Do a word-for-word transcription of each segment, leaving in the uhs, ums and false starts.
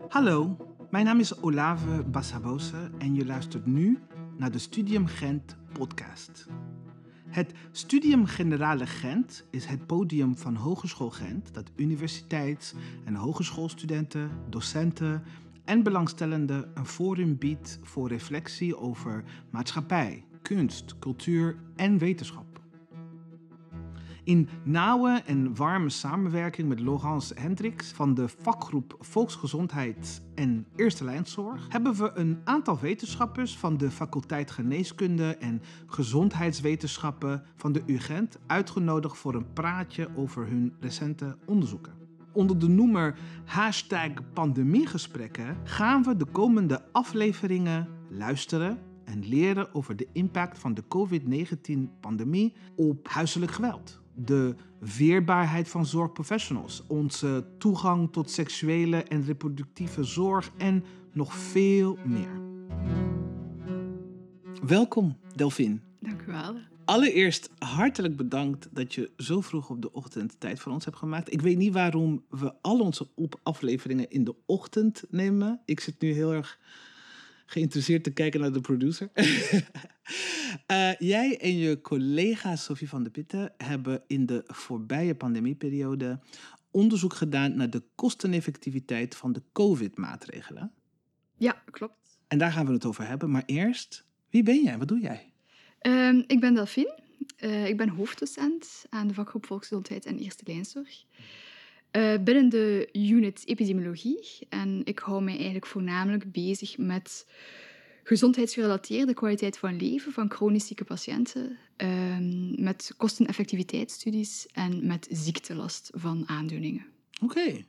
Hallo, mijn naam is Olave Bassabose en je luistert nu naar de Studium Gent podcast. Het Studium Generale Gent is het podium van Hogeschool Gent dat universiteits- en hogeschoolstudenten, docenten en belangstellenden een forum biedt voor reflectie over maatschappij, kunst, cultuur en wetenschap. In nauwe en warme samenwerking met Laurence Hendricks van de vakgroep Volksgezondheid en Eerste Lijnzorg hebben we een aantal wetenschappers van de faculteit Geneeskunde en Gezondheidswetenschappen van de U Gent uitgenodigd voor een praatje over hun recente onderzoeken. Onder de noemer hashtag pandemiegesprekken gaan we de komende afleveringen luisteren en leren over de impact van de covid negentien-pandemie op huiselijk geweld. De weerbaarheid van zorgprofessionals, onze toegang tot seksuele en reproductieve zorg en nog veel meer. Welkom, Delphine. Dank u wel. Allereerst hartelijk bedankt dat je zo vroeg op de ochtend tijd voor ons hebt gemaakt. Ik weet niet waarom we al onze op- afleveringen in de ochtend nemen. Ik zit nu heel erg geïnteresseerd te kijken naar de producer. uh, jij en je collega Sophie van de Putten hebben in de voorbije pandemieperiode onderzoek gedaan naar de kosteneffectiviteit van de COVID-maatregelen. Ja, klopt. En daar gaan we het over hebben. Maar eerst, wie ben jij? Wat doe jij? Um, ik ben Delphine. Uh, ik ben hoofddocent aan de vakgroep Volksgezondheid en Eerste Lijnzorg. Uh, binnen de unit epidemiologie. En ik hou mij eigenlijk voornamelijk bezig met gezondheidsgerelateerde kwaliteit van leven van chronisch zieke patiënten, uh, met kosteneffectiviteitsstudies en met ziektelast van aandoeningen. Oké. Okay.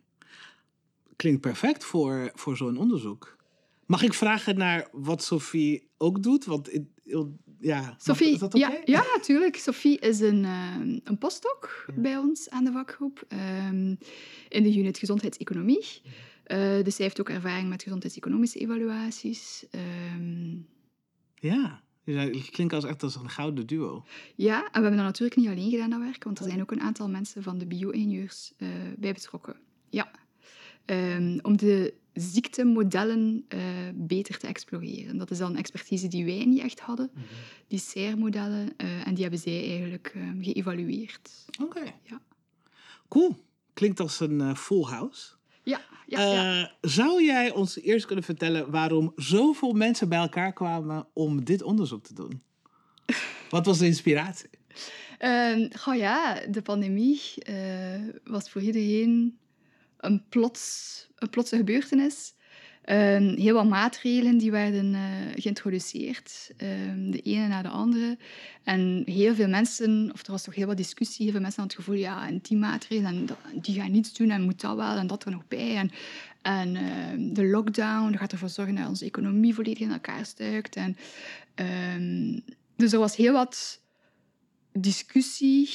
Klinkt perfect voor, voor zo'n onderzoek. Mag ik vragen naar wat Sophie ook doet? Want it, it, ja, Sophie, is dat oké? Okay? Ja, natuurlijk. Ja, Sophie is een, uh, een postdoc ja. bij ons aan de vakgroep um, in de unit gezondheidseconomie. Uh, dus zij heeft ook ervaring met gezondheidseconomische evaluaties. Um... Ja, het klinkt als echt als een gouden duo. Ja, en we hebben dat natuurlijk niet alleen gedaan, dat werk, want er zijn ook een aantal mensen van de bio-ingenieurs uh, bij betrokken. Ja. Um, om de ziektemodellen uh, beter te exploreren. Dat is dan expertise die wij niet echt hadden, mm-hmm. die C E R-modellen, uh, en die hebben zij eigenlijk uh, geëvalueerd. Oké. Okay. Ja. Cool. Klinkt als een uh, full house. Ja, ja, uh, ja. Zou jij ons eerst kunnen vertellen waarom zoveel mensen bij elkaar kwamen om dit onderzoek te doen? Wat was de inspiratie? Uh, goh ja, de pandemie uh, was voor iedereen een, plots, een plotse gebeurtenis. Um, heel wat maatregelen die werden uh, geïntroduceerd, um, de ene na de andere. En heel veel mensen, of er was toch heel wat discussie, heel veel mensen hadden het gevoel, ja, en die maatregelen, en dat, die gaan niets doen, en moet dat wel, en dat er nog bij. En, en uh, de lockdown, dat gaat ervoor zorgen dat onze economie volledig in elkaar stuikt. En, um, dus er was heel wat discussie.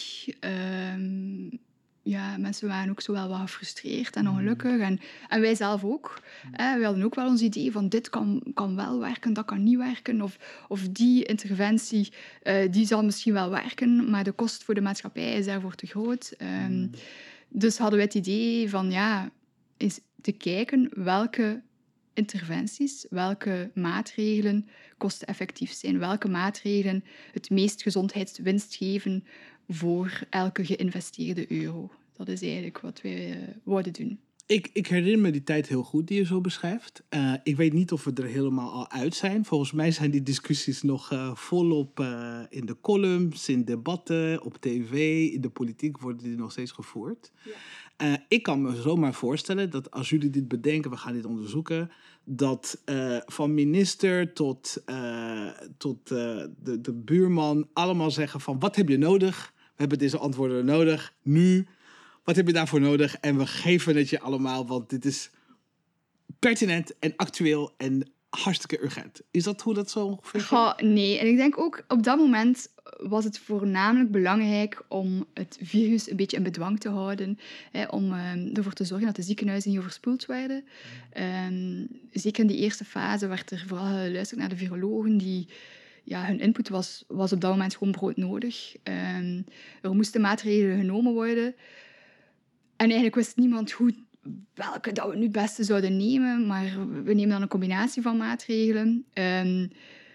Um, Ja, mensen waren ook zo wel wat gefrustreerd en ongelukkig. En, en wij zelf ook. Hè, wij hadden ook wel ons idee van dit kan, kan wel werken, dat kan niet werken. Of, of die interventie, uh, die zal misschien wel werken, maar de kost voor de maatschappij is daarvoor te groot. Um, mm. Dus hadden wij het idee van ja, eens te kijken welke interventies, welke maatregelen kosteneffectief zijn, welke maatregelen het meest gezondheidswinst geven voor elke geïnvesteerde euro. Dat is eigenlijk wat wij uh, wouden doen. Ik, ik herinner me die tijd heel goed die je zo beschrijft. Uh, ik weet niet of we er helemaal al uit zijn. Volgens mij zijn die discussies nog uh, volop uh, in de columns, in debatten, op tv, in de politiek worden die nog steeds gevoerd. Ja. Uh, ik kan me zomaar voorstellen dat als jullie dit bedenken, we gaan dit onderzoeken, dat uh, van minister tot, uh, tot uh, de, de buurman allemaal zeggen van wat heb je nodig? We hebben deze antwoorden nodig, nu. Wat heb je daarvoor nodig? En we geven het je allemaal, want dit is pertinent en actueel en hartstikke urgent. Is dat hoe dat zo ongeveer is? Goh, nee, en ik denk ook op dat moment was het voornamelijk belangrijk om het virus een beetje in bedwang te houden. Hè, om um, ervoor te zorgen dat de ziekenhuizen niet overspoeld werden. Um, zeker in die eerste fase werd er vooral geluisterd naar de virologen die... Ja, hun input was, was op dat moment gewoon broodnodig. Um, er moesten maatregelen genomen worden. En eigenlijk wist niemand hoe, welke dat we nu het beste zouden nemen, maar we nemen dan een combinatie van maatregelen. Um,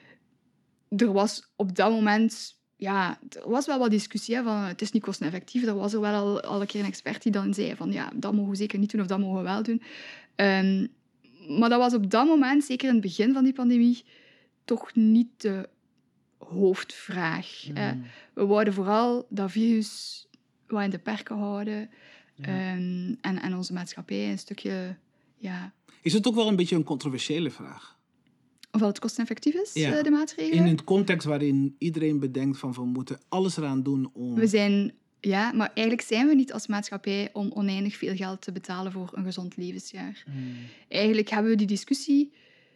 er was op dat moment... Ja, er was wel wat discussie, hè, van het is niet kosteneffectief. Er was er wel al, al een keer een expert die dan zei van ja, dat mogen we zeker niet doen of dat mogen we wel doen. Um, maar dat was op dat moment, zeker in het begin van die pandemie, toch niet de hoofdvraag. Mm. Hè. We wouden vooral dat virus wat in de perken houden. Ja. Um, en, en onze maatschappij een stukje... Ja. Is het ook wel een beetje een controversiële vraag? Of het kosteneffectief is, ja. de maatregelen? In een context waarin iedereen bedenkt van we moeten alles eraan doen om... We zijn... Ja, maar eigenlijk zijn we niet als maatschappij om oneindig veel geld te betalen voor een gezond levensjaar. Mm. Eigenlijk hebben we die discussie...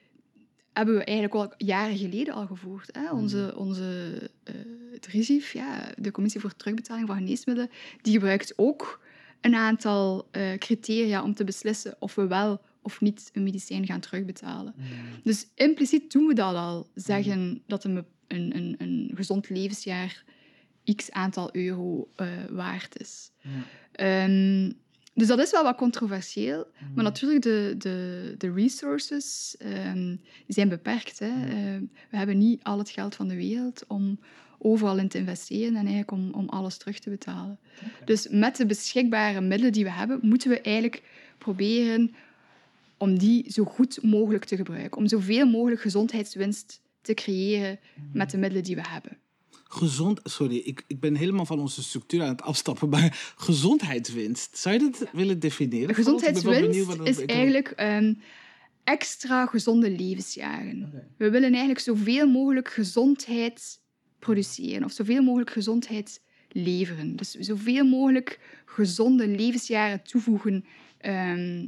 hebben we eigenlijk al jaren geleden al gevoerd. Hè? Onze, onze uh, het R I S I F, ja, de Commissie voor Terugbetaling van Geneesmiddelen, die gebruikt ook een aantal uh, criteria om te beslissen of we wel of niet een medicijn gaan terugbetalen. Mm. Dus impliciet doen we dat al. Zeggen mm. dat een, een, een, een gezond levensjaar x aantal euro uh, waard is. Ja. Um, dus dat is wel wat controversieel. Mm. Maar natuurlijk, de, de, de resources um, zijn beperkt. Hè. Mm. Uh, we hebben niet al het geld van de wereld om overal in te investeren en eigenlijk om, om alles terug te betalen. Okay. Dus met de beschikbare middelen die we hebben, moeten we eigenlijk proberen om die zo goed mogelijk te gebruiken. Om zoveel mogelijk gezondheidswinst te creëren mm. met de middelen die we hebben. Gezond, sorry, ik, ik ben helemaal van onze structuur aan het afstappen, maar gezondheidswinst, zou je dat willen definiëren? Gezondheidswinst is eigenlijk um, extra gezonde levensjaren. Okay. We willen eigenlijk zoveel mogelijk gezondheid produceren of zoveel mogelijk gezondheid leveren. Dus zoveel mogelijk gezonde levensjaren toevoegen um,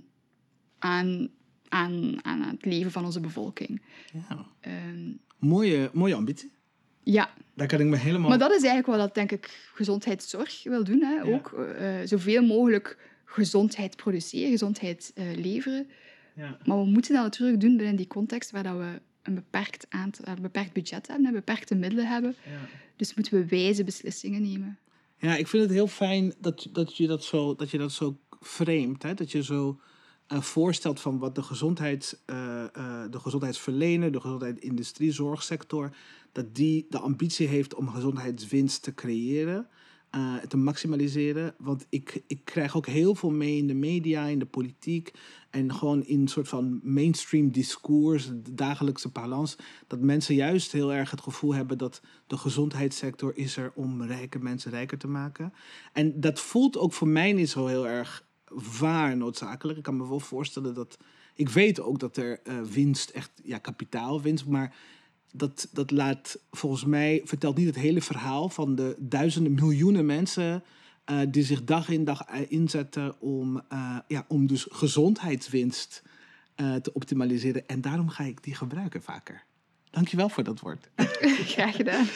aan, aan, aan het leven van onze bevolking. Ja. Um, mooie, mooie ambitie. Ja. Daar kan ik me helemaal... Maar dat is eigenlijk wat dat, denk ik, gezondheidszorg wil doen. Hè. Ja. Ook uh, zoveel mogelijk gezondheid produceren, gezondheid uh, leveren. Ja. Maar we moeten dat natuurlijk doen binnen die context waar dat we een beperkt, aantal, een beperkt budget hebben, een beperkte middelen hebben. Ja. Dus moeten we wijze beslissingen nemen. Ja, ik vind het heel fijn dat, dat, je, dat, zo, dat je dat zo framet. Hè? Dat je zo uh, voorstelt van wat de, gezondheids, uh, uh, de gezondheidsverlener, de gezondheidsindustrie, zorgsector, dat die de ambitie heeft om gezondheidswinst te creëren, uh, te maximaliseren. Want ik, ik krijg ook heel veel mee in de media, in de politiek en gewoon in een soort van mainstream discours, de dagelijkse balans, dat mensen juist heel erg het gevoel hebben dat de gezondheidssector is er om rijke mensen rijker te maken. En dat voelt ook voor mij niet zo heel erg waar noodzakelijk. Ik kan me wel voorstellen dat... Ik weet ook dat er uh, winst, echt ja, kapitaalwinst, maar dat, dat laat volgens mij, vertelt niet het hele verhaal van de duizenden, miljoenen mensen uh, die zich dag in dag inzetten om, uh, ja, om dus gezondheidswinst uh, te optimaliseren. En daarom ga ik die gebruiken vaker. Dankjewel voor dat woord. Graag gedaan.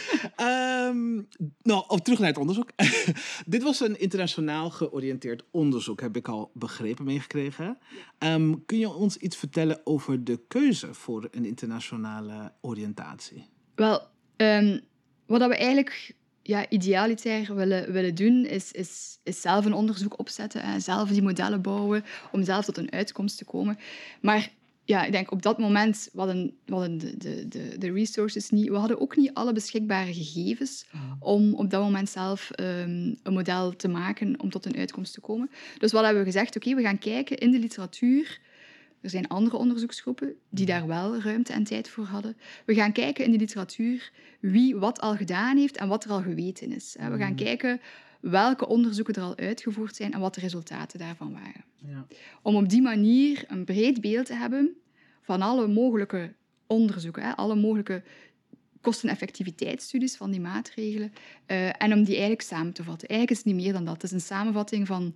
um, nou, op, terug naar het onderzoek. Dit was een internationaal georiënteerd onderzoek, heb ik al begrepen meegekregen. Um, kun je ons iets vertellen over de keuze voor een internationale oriëntatie? Wel, um, wat we eigenlijk ja, idealiter willen, willen doen, is, is, is zelf een onderzoek opzetten en zelf die modellen bouwen om zelf tot een uitkomst te komen. Maar ja, ik denk op dat moment, we hadden, we hadden de, de, de, de resources niet. We hadden ook niet alle beschikbare gegevens om op dat moment zelf um, een model te maken om tot een uitkomst te komen. Dus wat hebben we gezegd? Oké, okay, we gaan kijken in de literatuur. Er zijn andere onderzoeksgroepen die daar wel ruimte en tijd voor hadden. We gaan kijken in de literatuur wie wat al gedaan heeft en wat er al geweten is. We gaan kijken welke onderzoeken er al uitgevoerd zijn en wat de resultaten daarvan waren. Ja. Om op die manier een breed beeld te hebben van alle mogelijke onderzoeken, hè, alle mogelijke kosteneffectiviteitsstudies van die maatregelen, uh, en om die eigenlijk samen te vatten. Eigenlijk is het niet meer dan dat. Het is een samenvatting van,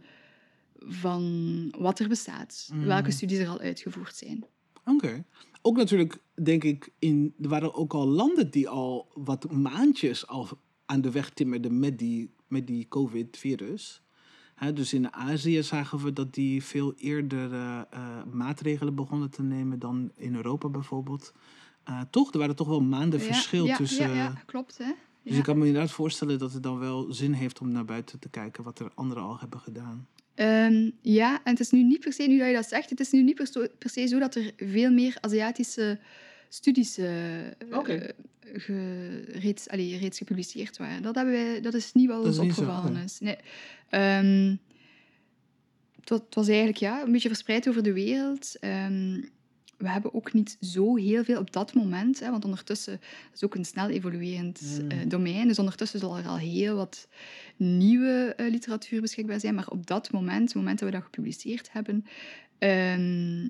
van wat er bestaat, mm. welke studies er al uitgevoerd zijn. Oké. Okay. Ook natuurlijk, denk ik, in, er waren ook al landen die al wat maandjes al aan de weg timmerden met die, met die COVID-virus. He, dus in Azië zagen we dat die veel eerder uh, uh, maatregelen begonnen te nemen dan in Europa bijvoorbeeld. Uh, toch? Er waren toch wel maanden ja, verschil ja, tussen... Ja, ja, klopt. Hè? Dus ja. ik kan me inderdaad voorstellen dat het dan wel zin heeft om naar buiten te kijken wat er anderen al hebben gedaan. Um, ja, en het is nu niet per se, nu dat je dat zegt, het is nu niet per, so, per se zo dat er veel meer Aziatische studies uh, okay. uh, ge, reeds, allee, reeds gepubliceerd waren. Dat, hebben wij, dat is niet wat ons opgevallen is. Nee. Um, het, was, het was eigenlijk ja, een beetje verspreid over de wereld. Um, we hebben ook niet zo heel veel op dat moment, hè, want ondertussen is het ook een snel evoluerend mm. uh, domein. Dus ondertussen zal er al heel wat nieuwe uh, literatuur beschikbaar zijn. Maar op dat moment, het moment dat we dat gepubliceerd hebben, um,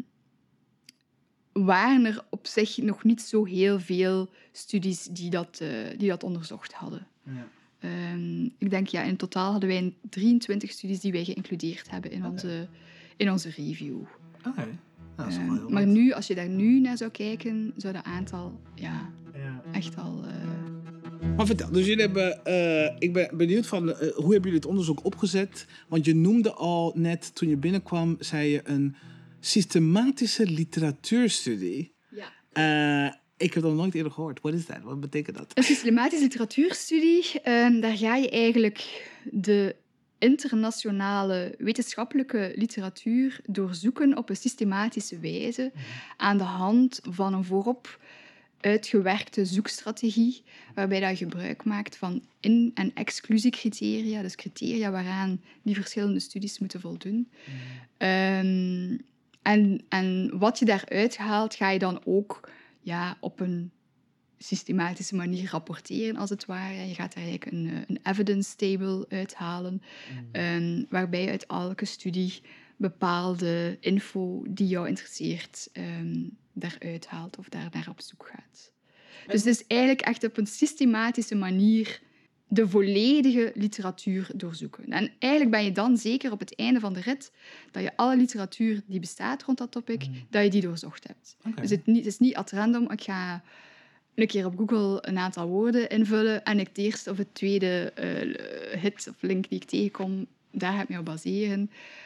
waren er op zich nog niet zo heel veel studies die dat, uh, die dat onderzocht hadden. Ja. Um, ik denk, ja, in totaal hadden wij drieëntwintig studies die wij geïncludeerd hebben in, okay. onze, in onze review. Okay. Nou, dat is uh, maar nu, als je daar nu naar zou kijken, zou dat aantal ja, ja. echt al... Uh... Maar vertel, dus jullie hebben... Uh, ik ben benieuwd van, uh, hoe hebben jullie het onderzoek opgezet? Want je noemde al net, toen je binnenkwam, zei je een systematische literatuurstudie. Ja. Uh, ik heb dat nog nooit eerder gehoord. Wat is dat? Wat betekent dat? Een systematische literatuurstudie, um, daar ga je eigenlijk de internationale wetenschappelijke literatuur doorzoeken op een systematische wijze mm. aan de hand van een voorop uitgewerkte zoekstrategie, waarbij je gebruik maakt van in- en exclusiecriteria, dus criteria waaraan die verschillende studies moeten voldoen. Mm. Um, en, en wat je daaruit haalt, ga je dan ook ja, op een systematische manier rapporteren, als het ware. Je gaat daar eigenlijk een, een evidence table uithalen, mm. um, waarbij je uit elke studie bepaalde info die jou interesseert um, daaruit haalt of daar naar op zoek gaat. En... Dus het is eigenlijk echt op een systematische manier de volledige literatuur doorzoeken. En eigenlijk ben je dan zeker op het einde van de rit dat je alle literatuur die bestaat rond dat topic, mm. dat je die doorzocht hebt. Okay. Dus het, niet, het is niet at random, ik ga een keer op Google een aantal woorden invullen en ik het eerste of het tweede uh, hit of link die ik tegenkom, daar ga ik me op baseren.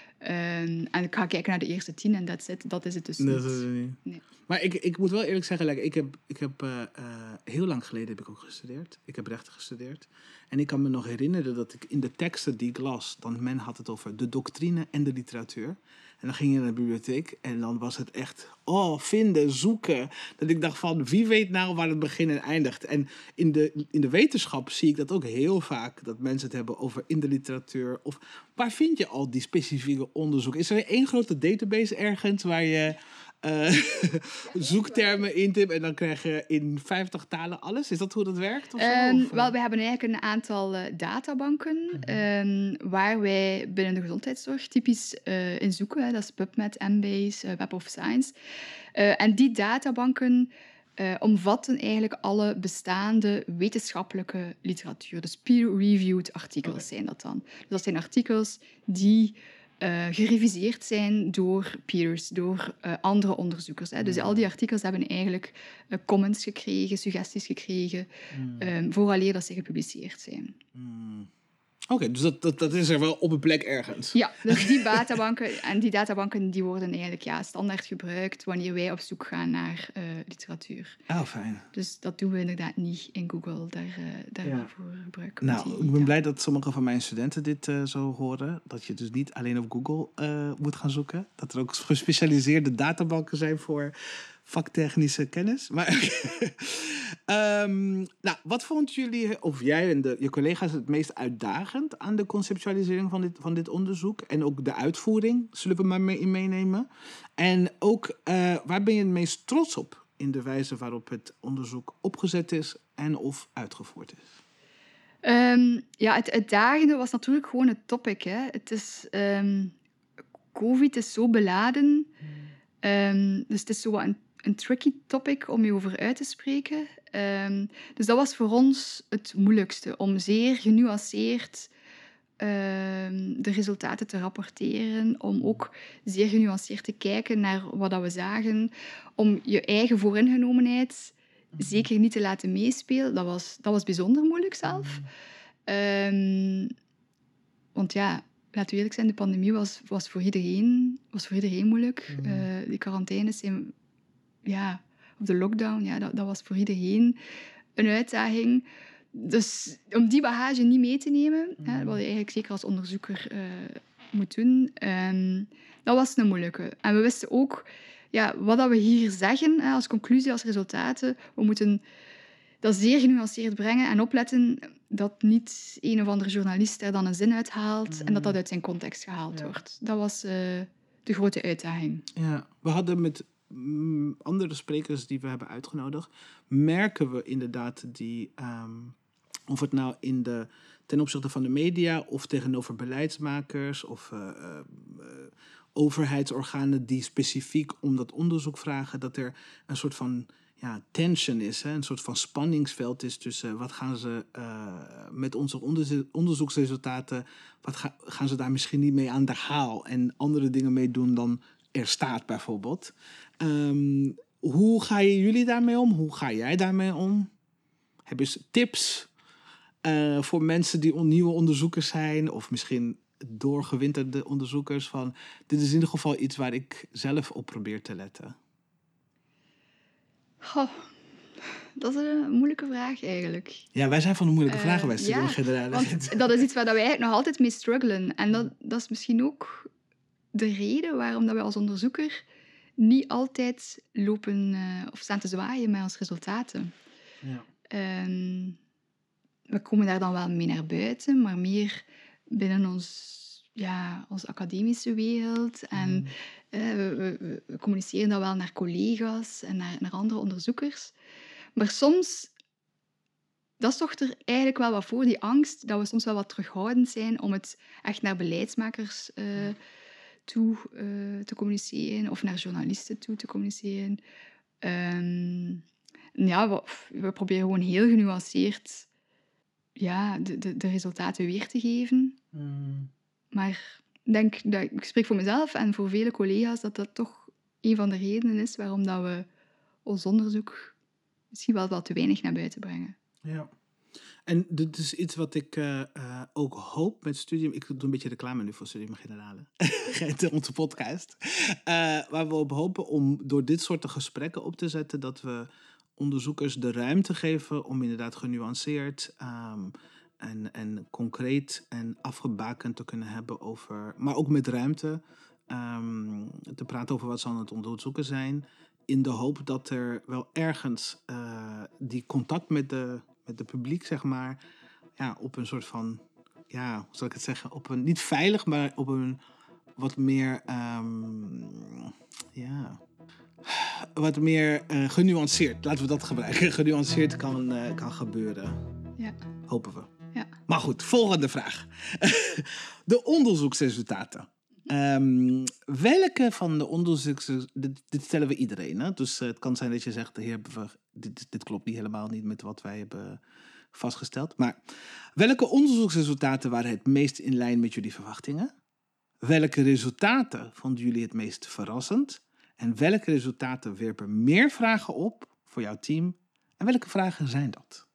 Um, en ik ga kijken naar de eerste tien en that's it. Dat is het dus dat niet. Is het niet. Nee. Maar ik, ik moet wel eerlijk zeggen, like, ik heb, ik heb uh, uh, heel lang geleden heb ik ook gestudeerd. Ik heb rechten gestudeerd. En ik kan me nog herinneren dat ik in de teksten die ik las, dan men had het over de doctrine en de literatuur. En dan ging je naar de bibliotheek en dan was het echt, oh, vinden, zoeken. Dat ik dacht van, wie weet nou waar het begin en eindigt. En in de, in de wetenschap zie ik dat ook heel vaak, dat mensen het hebben over in de literatuur. Of waar vind je al die specifieke onderzoek? Is er één grote database ergens waar je uh, zoektermen intipt en dan krijg je in vijftig talen alles? Is dat hoe dat werkt? Of zo? Um, of, wel, we hebben eigenlijk een aantal uh, databanken mm-hmm. um, waar wij binnen de gezondheidszorg typisch uh, in zoeken. Hè. Dat is PubMed, Embase, uh, Web of Science. Uh, en die databanken uh, omvatten eigenlijk alle bestaande wetenschappelijke literatuur. Dus peer-reviewed artikels okay. zijn dat dan. Dus dat zijn artikels die Uh, gereviseerd zijn door peers, door uh, andere onderzoekers. Hè. Dus mm. al die artikels hebben eigenlijk uh, comments gekregen, suggesties gekregen, mm. um, vooraleer dat ze gepubliceerd zijn. Mm. Oké, okay, dus dat, dat, dat is er wel op een plek ergens. Ja, dus die databanken, en die databanken die worden eigenlijk ja, standaard gebruikt wanneer wij op zoek gaan naar uh, literatuur. Oh, fijn. Dus dat doen we inderdaad niet in Google, daar, uh, daarvoor ja. gebruiken we Nou, die, ik ben ja. blij dat sommige van mijn studenten dit uh, zo horen. Dat je dus niet alleen op Google uh, moet gaan zoeken. Dat er ook gespecialiseerde databanken zijn voor vaktechnische kennis. Maar um, nou, wat vonden jullie, of jij en de, je collega's, het meest uitdagend aan de conceptualisering van dit, van dit onderzoek? En ook de uitvoering, zullen we maar mee, in meenemen. En ook, uh, waar ben je het meest trots op in de wijze waarop het onderzoek opgezet is en of uitgevoerd is? Um, ja, het uitdagende was natuurlijk gewoon het topic. Hè. Het is, um, COVID is zo beladen. Um, dus het is zo wat een een tricky topic om je over uit te spreken. Um, dus dat was voor ons het moeilijkste, om zeer genuanceerd um, de resultaten te rapporteren, om ook zeer genuanceerd te kijken naar wat dat we zagen, om je eigen vooringenomenheid zeker niet te laten meespelen. Dat was, dat was bijzonder moeilijk zelf. Um, want ja, laten we eerlijk zijn, de pandemie was, was, voor, iedereen, was voor iedereen moeilijk. Uh, die quarantaines zijn... Ja, of de lockdown, ja, dat, dat was voor iedereen een uitdaging. Dus om die bagage niet mee te nemen, mm. hè, wat je eigenlijk zeker als onderzoeker uh, moet doen. Um, dat was een moeilijke. En we wisten ook ja, wat dat we hier zeggen hè, als conclusie, als resultaten. We moeten dat zeer genuanceerd brengen en opletten dat niet een of andere journalist er dan een zin uithaalt mm. en dat dat uit zijn context gehaald ja. wordt. Dat was uh, de grote uitdaging. Ja, we hadden met mm, andere sprekers die we hebben uitgenodigd, merken we inderdaad die, um, of het nou in de, ten opzichte van de media of tegenover beleidsmakers of uh, uh, uh, overheidsorganen die specifiek om dat onderzoek vragen, dat er een soort van ja, tension is, hè? Een soort van spanningsveld is tussen wat gaan ze uh, met onze onderzo- onderzoeksresultaten, wat ga, gaan ze daar misschien niet mee aan de haal en andere dingen mee doen dan er staat bijvoorbeeld. Um, hoe ga je jullie daarmee om? Hoe ga jij daarmee om? Heb je tips uh, voor mensen die on- nieuwe onderzoekers zijn of misschien doorgewinterde onderzoekers van dit is in ieder geval iets waar ik zelf op probeer te letten? Goh, dat is een moeilijke vraag eigenlijk. Ja, wij zijn van de moeilijke uh, vragen bij ja, Generaal. Want dat is iets waar wij eigenlijk nog altijd mee struggelen. En dat, dat is misschien ook de reden waarom dat wij als onderzoeker niet altijd lopen uh, of staan te zwaaien met onze resultaten. Ja. Um, we komen daar dan wel mee naar buiten, maar meer binnen ons, ja, onze academische wereld. En mm. uh, we, we, we communiceren dat wel naar collega's en naar, naar andere onderzoekers. Maar soms, dat zorgt er eigenlijk wel wat voor, die angst, dat we soms wel wat terughoudend zijn om het echt naar beleidsmakers uh, toe uh, te communiceren of naar journalisten toe te communiceren. Um, ja, we, we proberen gewoon heel genuanceerd ja, de, de, de resultaten weer te geven. Mm. Maar ik denk dat ik spreek voor mezelf en voor vele collega's dat dat toch een van de redenen is waarom dat we ons onderzoek misschien wel wat te weinig naar buiten brengen. Ja. En dit is iets wat ik uh, uh, ook hoop met Studium. Ik doe een beetje reclame nu voor Studium Generale. Onze podcast. Uh, waar we op hopen om door dit soort gesprekken op te zetten dat we onderzoekers de ruimte geven om inderdaad genuanceerd um, en, en concreet en afgebakend te kunnen hebben over, maar ook met ruimte um, te praten over wat ze aan het onderzoeken zijn, in de hoop dat er wel ergens uh, die contact met de, met de publiek, zeg maar, ja, op een soort van, ja, hoe zal ik het zeggen, op een, niet veilig, maar op een wat meer, um, ja... wat meer uh, genuanceerd, laten we dat gebruiken, genuanceerd kan, uh, kan gebeuren. Ja. Hopen we. Ja. Maar goed, volgende vraag. De onderzoeksresultaten. Um, welke van de onderzoeksresultaten... Dit, dit stellen we iedereen, hè? Dus uh, het kan zijn dat je zegt, hier hebben we, dit, dit klopt niet helemaal niet met wat wij hebben vastgesteld. Maar welke onderzoeksresultaten waren het meest in lijn met jullie verwachtingen? Welke resultaten vonden jullie het meest verrassend? En welke resultaten werpen meer vragen op voor jouw team? En welke vragen zijn dat?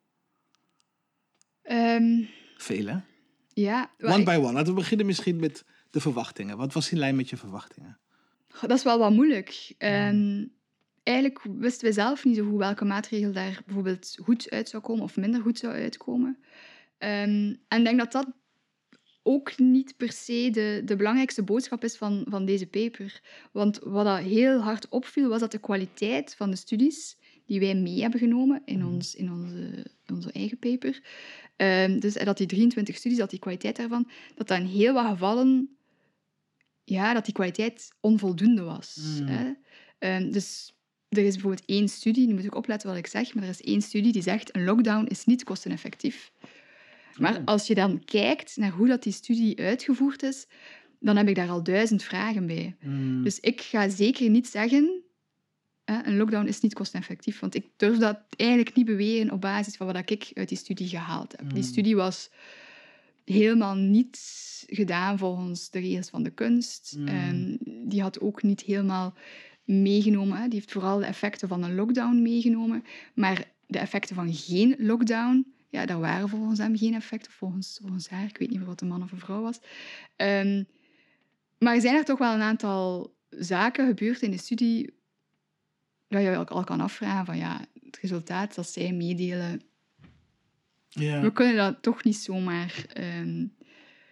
Um, Vele. Ja. One ik... by one. Laten we beginnen misschien met de verwachtingen. Wat was in lijn met je verwachtingen? Dat is wel wat moeilijk. Um, eigenlijk wisten we zelf niet zo goed welke maatregel daar bijvoorbeeld goed uit zou komen of minder goed zou uitkomen. Um, en ik denk dat dat ook niet per se de, de belangrijkste boodschap is van, van deze paper. Want wat dat heel hard opviel, was dat de kwaliteit van de studies die wij mee hebben genomen in, ons, in onze, onze eigen paper, um, dus dat die drieëntwintig studies, dat die kwaliteit daarvan, dat dat in heel wat gevallen, ja, dat die kwaliteit onvoldoende was. Mm. Hè? Um, dus er is bijvoorbeeld één studie, nu moet ik opletten wat ik zeg, maar er is één studie die zegt een lockdown is niet kosteneffectief. Maar als je dan kijkt naar hoe dat die studie uitgevoerd is, dan heb ik daar al duizend vragen bij. Mm. Dus ik ga zeker niet zeggen, eh, een lockdown is niet kosteneffectief, want ik durf dat eigenlijk niet beweren op basis van wat ik uit die studie gehaald heb. Mm. Die studie was helemaal niet gedaan volgens de regels van de kunst. Mm. En die had ook niet helemaal meegenomen. Hè. Die heeft vooral de effecten van een lockdown meegenomen, maar de effecten van geen lockdown, ja, daar waren volgens hem geen effecten, volgens, volgens haar. Ik weet niet meer wat een man of een vrouw was. Um, maar er zijn er toch wel een aantal zaken gebeurd in de studie dat je al kan afvragen van ja, het resultaat dat zij meedelen, ja. We kunnen dat toch niet zomaar um,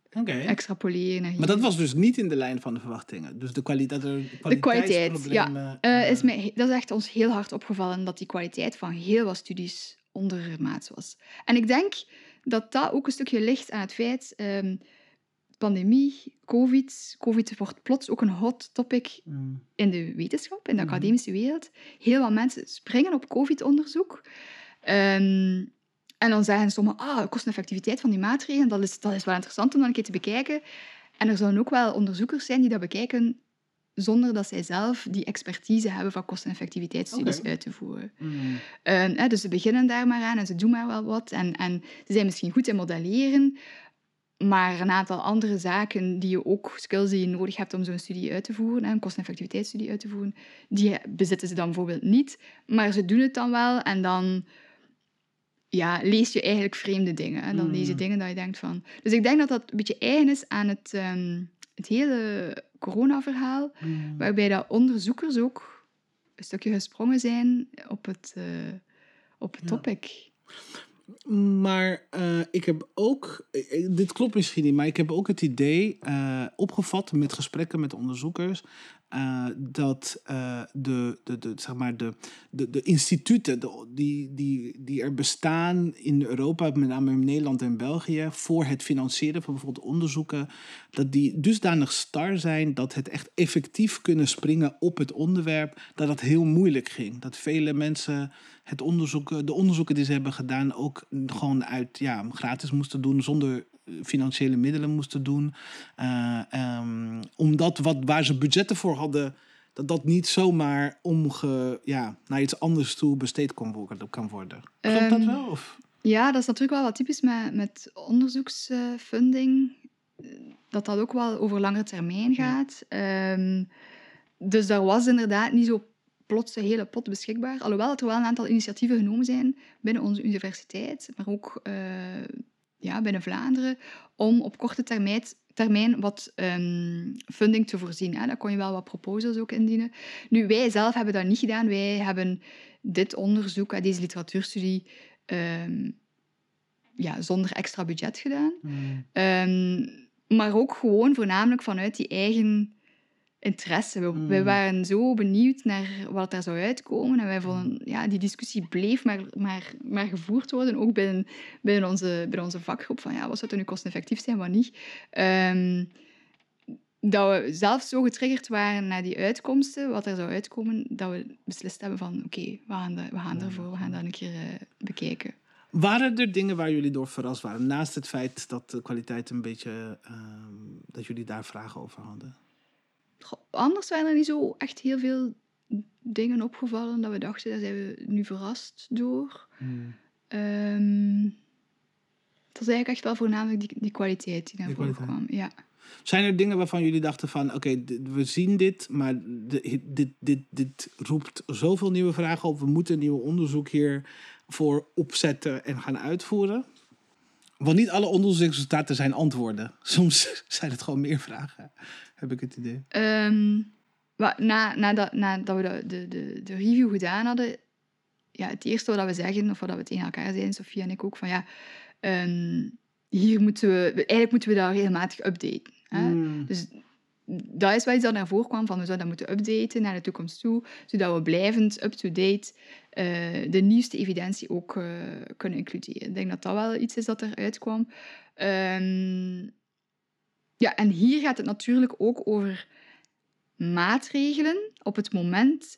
Okay. extrapoleren. Naar hier. Maar dat was dus niet in de lijn van de verwachtingen. Dus de kwaliteit, de de kwaliteit, kwaliteitsproblemen... ja. Uh, is uh... mij, dat is echt ons heel hard opgevallen, dat die kwaliteit van heel wat studies ondermaats was. En ik denk dat dat ook een stukje ligt aan het feit... Um, pandemie, COVID. COVID wordt plots ook een hot topic mm. in de wetenschap, in de mm. academische wereld. Heel wat mensen springen op COVID-onderzoek. Um, en dan zeggen sommigen, ah, de kosteneffectiviteit van die maatregelen, dat is, dat is wel interessant om dan een keer te bekijken. En er zullen ook wel onderzoekers zijn die dat bekijken zonder dat zij zelf die expertise hebben van kosteneffectiviteitsstudies okay. uit te voeren. Mm. Um, hè, dus ze beginnen daar maar aan en ze doen maar wel wat. En, en ze zijn misschien goed in modelleren, maar een aantal andere zaken die je ook, skills die je nodig hebt om zo'n studie uit te voeren, een kosteneffectiviteitsstudie uit te voeren, die bezitten ze dan bijvoorbeeld niet. Maar ze doen het dan wel en dan ja, lees je eigenlijk vreemde dingen. Hè. Dan mm. lees je dingen dat je denkt van... Dus ik denk dat dat een beetje eigen is aan het, um, het hele corona-verhaal, mm. waarbij dat onderzoekers ook een stukje gesprongen zijn op het, uh, op het ja. topic. Maar uh, ik heb ook, dit klopt misschien niet, maar ik heb ook het idee uh, opgevat met gesprekken met onderzoekers, uh, dat uh, de, de, de, zeg maar de, de, de instituten de, die, die, die er bestaan in Europa, met name in Nederland en België, voor het financieren van bijvoorbeeld onderzoeken, dat die dusdanig star zijn dat het echt effectief kunnen springen op het onderwerp, dat dat heel moeilijk ging. Dat vele mensen het onderzoek, de onderzoeken die ze hebben gedaan ook gewoon uit ja, gratis moesten doen, zonder financiële middelen moesten doen. Uh, um, omdat wat, waar ze budgetten voor hadden, dat dat niet zomaar omge, ja, naar iets anders toe besteed kon worden. Kan worden. Klopt um, dat wel? Of? Ja, dat is natuurlijk wel wat typisch met, met onderzoeksfunding. Dat dat ook wel over langere termijn gaat. Ja. Um, dus daar was inderdaad niet zo plots de hele pot beschikbaar. Alhoewel dat er wel een aantal initiatieven genomen zijn binnen onze universiteit, maar ook uh, ja, binnen Vlaanderen, om op korte termijn, termijn wat um, funding te voorzien. Hè. Daar kon je wel wat proposals ook indienen. Nu, wij zelf hebben dat niet gedaan. Wij hebben dit onderzoek, deze literatuurstudie, um, ja, zonder extra budget gedaan. Mm. Um, maar ook gewoon voornamelijk vanuit die eigen interesse. We, mm. Wij waren zo benieuwd naar wat er zou uitkomen. En wij vonden, ja, die discussie bleef maar, maar, maar gevoerd worden. Ook binnen, binnen, onze, binnen onze vakgroep. Van, ja, wat zou er nu kosteneffectief zijn, wat niet. Um, dat we zelf zo getriggerd waren naar die uitkomsten, wat er zou uitkomen, dat we beslist hebben van, oké, okay, we gaan, de, we gaan ervoor, we gaan dat een keer uh, bekijken. Waren er dingen waar jullie door verrast waren? Naast het feit dat de kwaliteit een beetje... Uh, dat jullie daar vragen over hadden? Anders zijn er niet zo echt heel veel dingen opgevallen dat we dachten, daar zijn we nu verrast door. Hmm. Um, het was eigenlijk echt wel voornamelijk die, die kwaliteit die naar voren kwam. Ja. Zijn er dingen waarvan jullie dachten van, oké, okay, d- we zien dit, maar d- dit, dit, dit roept zoveel nieuwe vragen op, we moeten een nieuw onderzoek hiervoor opzetten en gaan uitvoeren? Want niet alle onderzoeksresultaten zijn antwoorden. Soms zijn het gewoon meer vragen, heb ik het idee. Um, na, nadat, nadat we de, de, de, de review gedaan hadden, ja, het eerste wat we zeggen, of wat we tegen elkaar zeiden, Sofie en ik ook, van ja, um, hier moeten we, eigenlijk moeten we dat regelmatig updaten. Hè? Mm. Dus dat is wel iets dat naar voren kwam, van we zouden dat moeten updaten naar de toekomst toe, zodat we blijvend up-to-date uh, de nieuwste evidentie ook uh, kunnen includeren. Ik denk dat dat wel iets is dat eruit kwam. Um, ja, en hier gaat het natuurlijk ook over maatregelen op het moment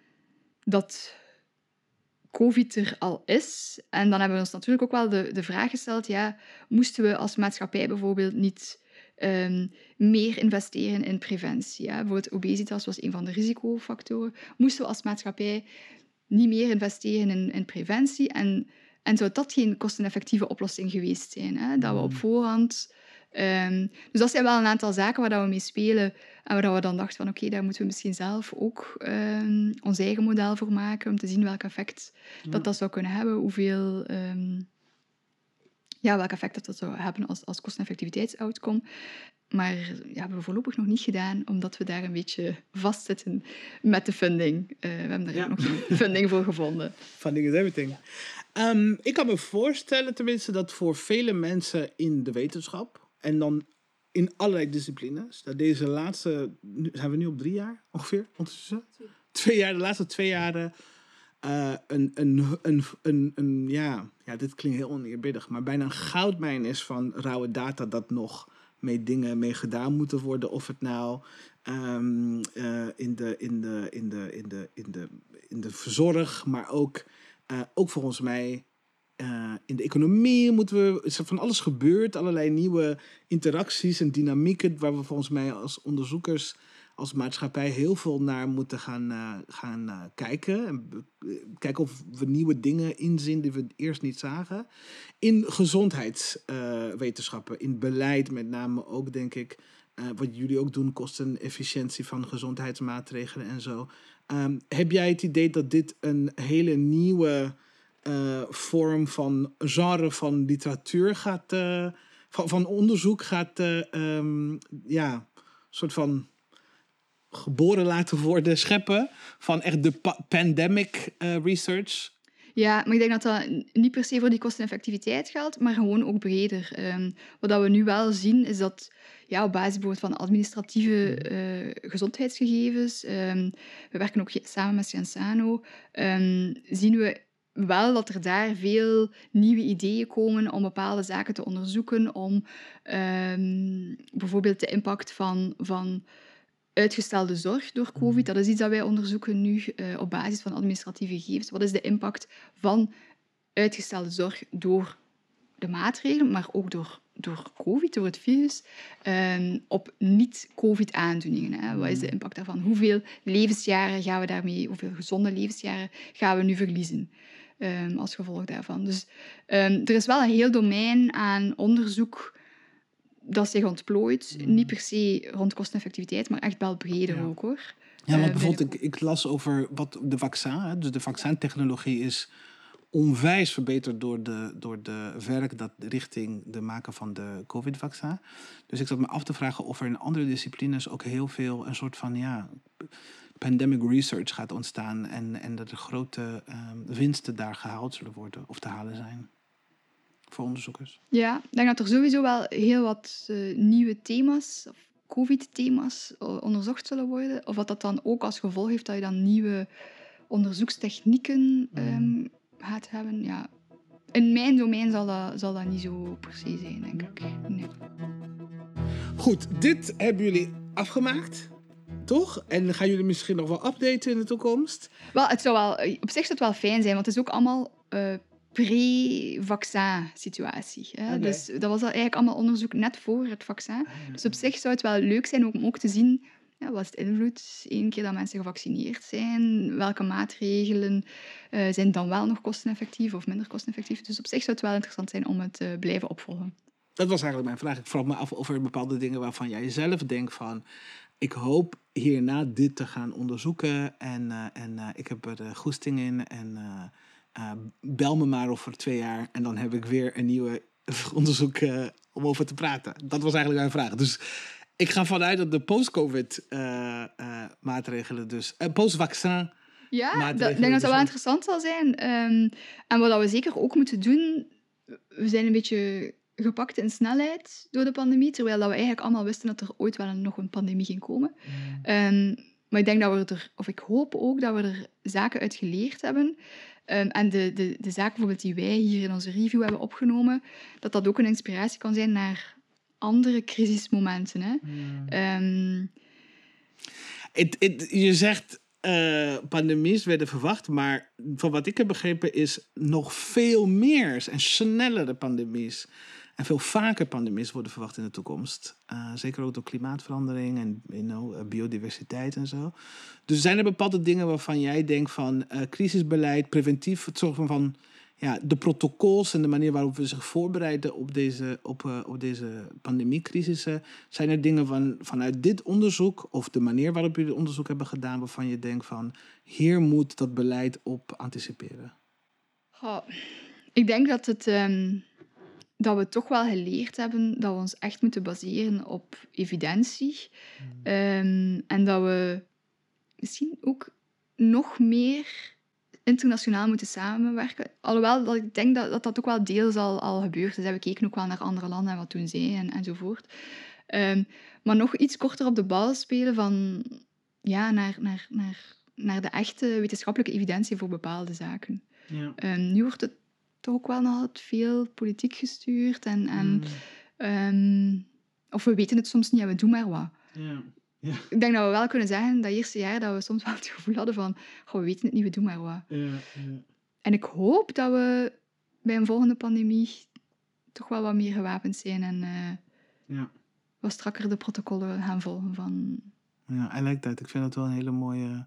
dat COVID er al is. En dan hebben we ons natuurlijk ook wel de, de vraag gesteld, ja, moesten we als maatschappij bijvoorbeeld niet um, meer investeren in preventie? Ja? Bijvoorbeeld obesitas was een van de risicofactoren. Moesten we als maatschappij niet meer investeren in, in preventie? En, en zou dat geen kosteneffectieve oplossing geweest zijn? Hè? Dat we op voorhand... Um, dus dat zijn wel een aantal zaken waar we mee spelen en waar we dan dachten van oké, okay, daar moeten we misschien zelf ook um, ons eigen model voor maken om te zien welk effect ja. dat dat zou kunnen hebben, hoeveel, um, ja, welk effect dat dat zou hebben als, als kosteneffectiviteitsoutcome. Maar ja, hebben we voorlopig nog niet gedaan, omdat we daar een beetje vastzitten met de funding. Uh, we hebben daar ja. nog geen funding voor gevonden. Funding is everything. Um, ik kan me voorstellen tenminste dat voor vele mensen in de wetenschap, en dan in allerlei disciplines. Dat deze laatste, nu, zijn we nu op drie jaar ongeveer ondertussen? Twee, twee jaar, de laatste twee jaren uh, een, een, een, een, een, ja, ja, dit klinkt heel oneerbiedig, maar bijna een goudmijn is van rauwe data dat nog mee dingen mee gedaan moeten worden. Of het nou um, uh, in, de, in, de, in, de, in, de, in, de, in de verzorg, maar ook, uh, ook volgens mij uh, in de economie moeten we, is er van alles gebeurd. Allerlei nieuwe interacties en dynamieken waar we volgens mij als onderzoekers, als maatschappij heel veel naar moeten gaan, uh, gaan uh, kijken. En uh, kijken of we nieuwe dingen inzien die we eerst niet zagen. In gezondheidswetenschappen, uh, in beleid met name ook, denk ik. Uh, wat jullie ook doen, kostenefficiëntie van gezondheidsmaatregelen en zo. Um, heb jij het idee dat dit een hele nieuwe uh, vorm van genre van literatuur gaat, uh, van, van onderzoek gaat, uh, um, ja, soort van geboren laten worden, scheppen van echt de pa- pandemic uh, research? Ja, maar ik denk dat dat niet per se voor die kosteneffectiviteit geldt, maar gewoon ook breder. Um, wat we nu wel zien, is dat ja, op basis bijvoorbeeld van administratieve uh, gezondheidsgegevens, um, we werken ook samen met Cienzano, um, zien we wel dat er daar veel nieuwe ideeën komen om bepaalde zaken te onderzoeken, om um, bijvoorbeeld de impact van... van uitgestelde zorg door COVID, dat is iets dat wij onderzoeken nu uh, op basis van administratieve gegevens. Wat is de impact van uitgestelde zorg door de maatregelen, maar ook door, door COVID, door het virus, um, op niet-COVID-aandoeningen. Hè? Wat is de impact daarvan? Hoeveel levensjaren gaan we daarmee, hoeveel gezonde levensjaren gaan we nu verliezen um, als gevolg daarvan? Dus um, er is wel een heel domein aan onderzoek dat zich ontplooit. Mm. Niet per se rond kosteneffectiviteit, maar echt wel breder ja. ook, hoor. Ja, want uh, bijvoorbeeld, ik, ik las over wat de vaccin, hè, dus de vaccintechnologie is onwijs verbeterd door de, door de werk dat richting de maken van de COVID-vaccin. Dus ik zat me af te vragen of er in andere disciplines ook heel veel een soort van, ja, pandemic research gaat ontstaan en, en dat er grote uh, winsten daar gehaald zullen worden of te halen zijn. Voor onderzoekers. Ja, ik denk dat er sowieso wel heel wat uh, nieuwe thema's, of COVID-thema's, uh, onderzocht zullen worden. Of wat dat dan ook als gevolg heeft dat je dan nieuwe onderzoekstechnieken um, mm. gaat hebben. Ja. In mijn domein zal dat, zal dat niet zo per se zijn, denk ik. Nee. Goed, dit hebben jullie afgemaakt, toch? En gaan jullie misschien nog wel updaten in de toekomst? Wel, het zou wel, op zich zou het wel fijn zijn, want het is ook allemaal Uh, pre-vaccin-situatie. Okay. Dus dat was eigenlijk allemaal onderzoek net voor het vaccin. Dus op zich zou het wel leuk zijn om ook te zien, ja, wat is de invloed één keer dat mensen gevaccineerd zijn, welke maatregelen uh, zijn dan wel nog kosteneffectief of minder kosteneffectief. Dus op zich zou het wel interessant zijn om het uh, blijven opvolgen. Dat was eigenlijk mijn vraag. Ik vroeg me af of er bepaalde dingen waarvan jij zelf denkt van, ik hoop hierna dit te gaan onderzoeken en, uh, en uh, ik heb er uh, goesting in en uh, Uh, bel me maar over twee jaar en dan heb ik weer een nieuwe onderzoek uh, om over te praten. Dat was eigenlijk mijn vraag. Dus ik ga vanuit dat de post-COVID uh, uh, maatregelen, dus uh, post-vaccin ja, maatregelen. Ik denk dat dat wel interessant zal zijn. Um, en wat we zeker ook moeten doen, we zijn een beetje gepakt in snelheid door de pandemie, terwijl dat we eigenlijk allemaal wisten dat er ooit wel een, nog een pandemie ging komen. Mm. Um, maar ik denk dat we er, of ik hoop ook dat we er zaken uit geleerd hebben. Um, en de, de, de zaken bijvoorbeeld die wij hier in onze review hebben opgenomen, dat dat ook een inspiratie kan zijn naar andere crisismomenten. Hè? Mm. Um, it, it, je zegt uh, pandemies werden verwacht, maar van wat ik heb begrepen is nog veel meer en snellere pandemies. En veel vaker pandemies worden verwacht in de toekomst. Uh, zeker ook door klimaatverandering en you know, biodiversiteit en zo. Dus zijn er bepaalde dingen waarvan jij denkt van uh, crisisbeleid, preventief, het zorgen van ja, de protocols en de manier waarop we zich voorbereiden op deze, op, uh, op deze pandemiecrisissen. Zijn er dingen van, vanuit dit onderzoek of de manier waarop jullie onderzoek hebben gedaan waarvan je denkt van hier moet dat beleid op anticiperen? Oh, ik denk dat het... Um... dat we toch wel geleerd hebben dat we ons echt moeten baseren op evidentie. Mm. Um, en dat we misschien ook nog meer internationaal moeten samenwerken. Alhoewel dat ik denk dat dat, dat ook wel deels al, al gebeurd is. We keken ook wel naar andere landen en wat doen zij en, enzovoort. Um, maar nog iets korter op de bal spelen van... Ja, naar, naar, naar, naar de echte wetenschappelijke evidentie voor bepaalde zaken. Ja. Um, nu wordt het toch ook wel nog altijd veel politiek gestuurd. En, en, Mm. um, of we weten het soms niet en we doen maar wat. Ja. Ja. Ik denk dat we wel kunnen zeggen dat eerste jaar dat we soms wel het gevoel hadden van goh, we weten het niet, we doen maar wat. Ja, ja. En ik hoop dat we bij een volgende pandemie toch wel wat meer gewapend zijn en uh, ja. wat strakker de protocollen gaan volgen van... Ja, I like that. Ik vind dat wel een hele mooie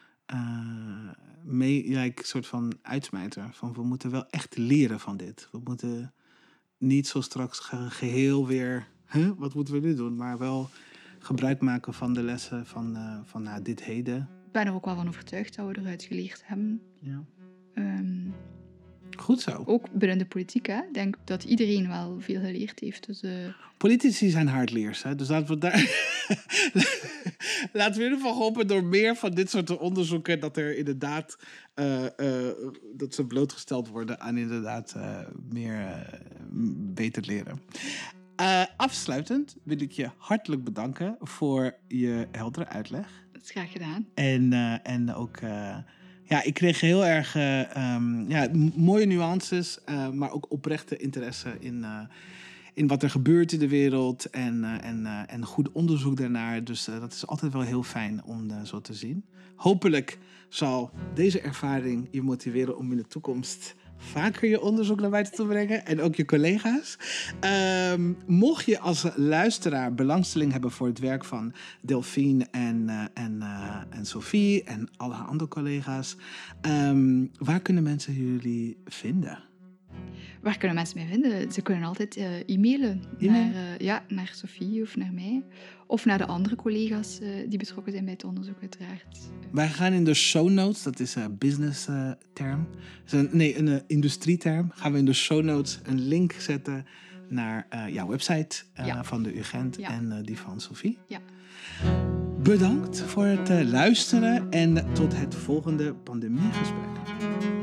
uh, mee, like, soort van uitsmijter. Van we moeten wel echt leren van dit. We moeten niet zo straks ge- geheel weer, huh, wat moeten we nu doen? Maar wel gebruik maken van de lessen van, uh, van nou, dit heden. Ik ben er ook wel van overtuigd dat we eruit geleerd hebben. Ja. Um, Goed zo. Ook binnen de politiek, hè. Ik denk dat iedereen wel veel geleerd heeft. Dus, uh... Politici zijn hardleers, hè. Dus laten we daar... laten we in ieder geval hopen door meer van dit soort onderzoeken... dat er inderdaad... Uh, uh, dat ze blootgesteld worden aan inderdaad uh, meer uh, beter leren. Uh, afsluitend wil ik je hartelijk bedanken voor je heldere uitleg. Dat is graag gedaan. En, uh, en ook... Uh, Ja, ik kreeg heel erg uh, um, ja, mooie nuances, uh, maar ook oprechte interesse in, uh, in wat er gebeurt in de wereld en, uh, en, uh, en goed onderzoek daarnaar. Dus uh, dat is altijd wel heel fijn om uh, zo te zien. Hopelijk zal deze ervaring je motiveren om in de toekomst vaker je onderzoek naar buiten te brengen. En ook je collega's. Um, mocht je als luisteraar belangstelling hebben voor het werk van Delphine en, uh, en, uh, en Sophie en alle andere collega's. Um, waar kunnen mensen jullie vinden? Waar kunnen mensen mij vinden? Ze kunnen altijd uh, e-mailen. E-mail? Naar, uh, ja, naar Sophie of naar mij. Of naar de andere collega's uh, die betrokken zijn bij het onderzoek uiteraard. Wij gaan in de show notes, dat is een business uh, term. Een, nee, een uh, industrieterm. Gaan we in de show notes een link zetten naar uh, jouw website uh, ja. van de UGent ja. en uh, die van Sophie. Ja. Bedankt voor het uh, luisteren en tot het volgende pandemiegesprek.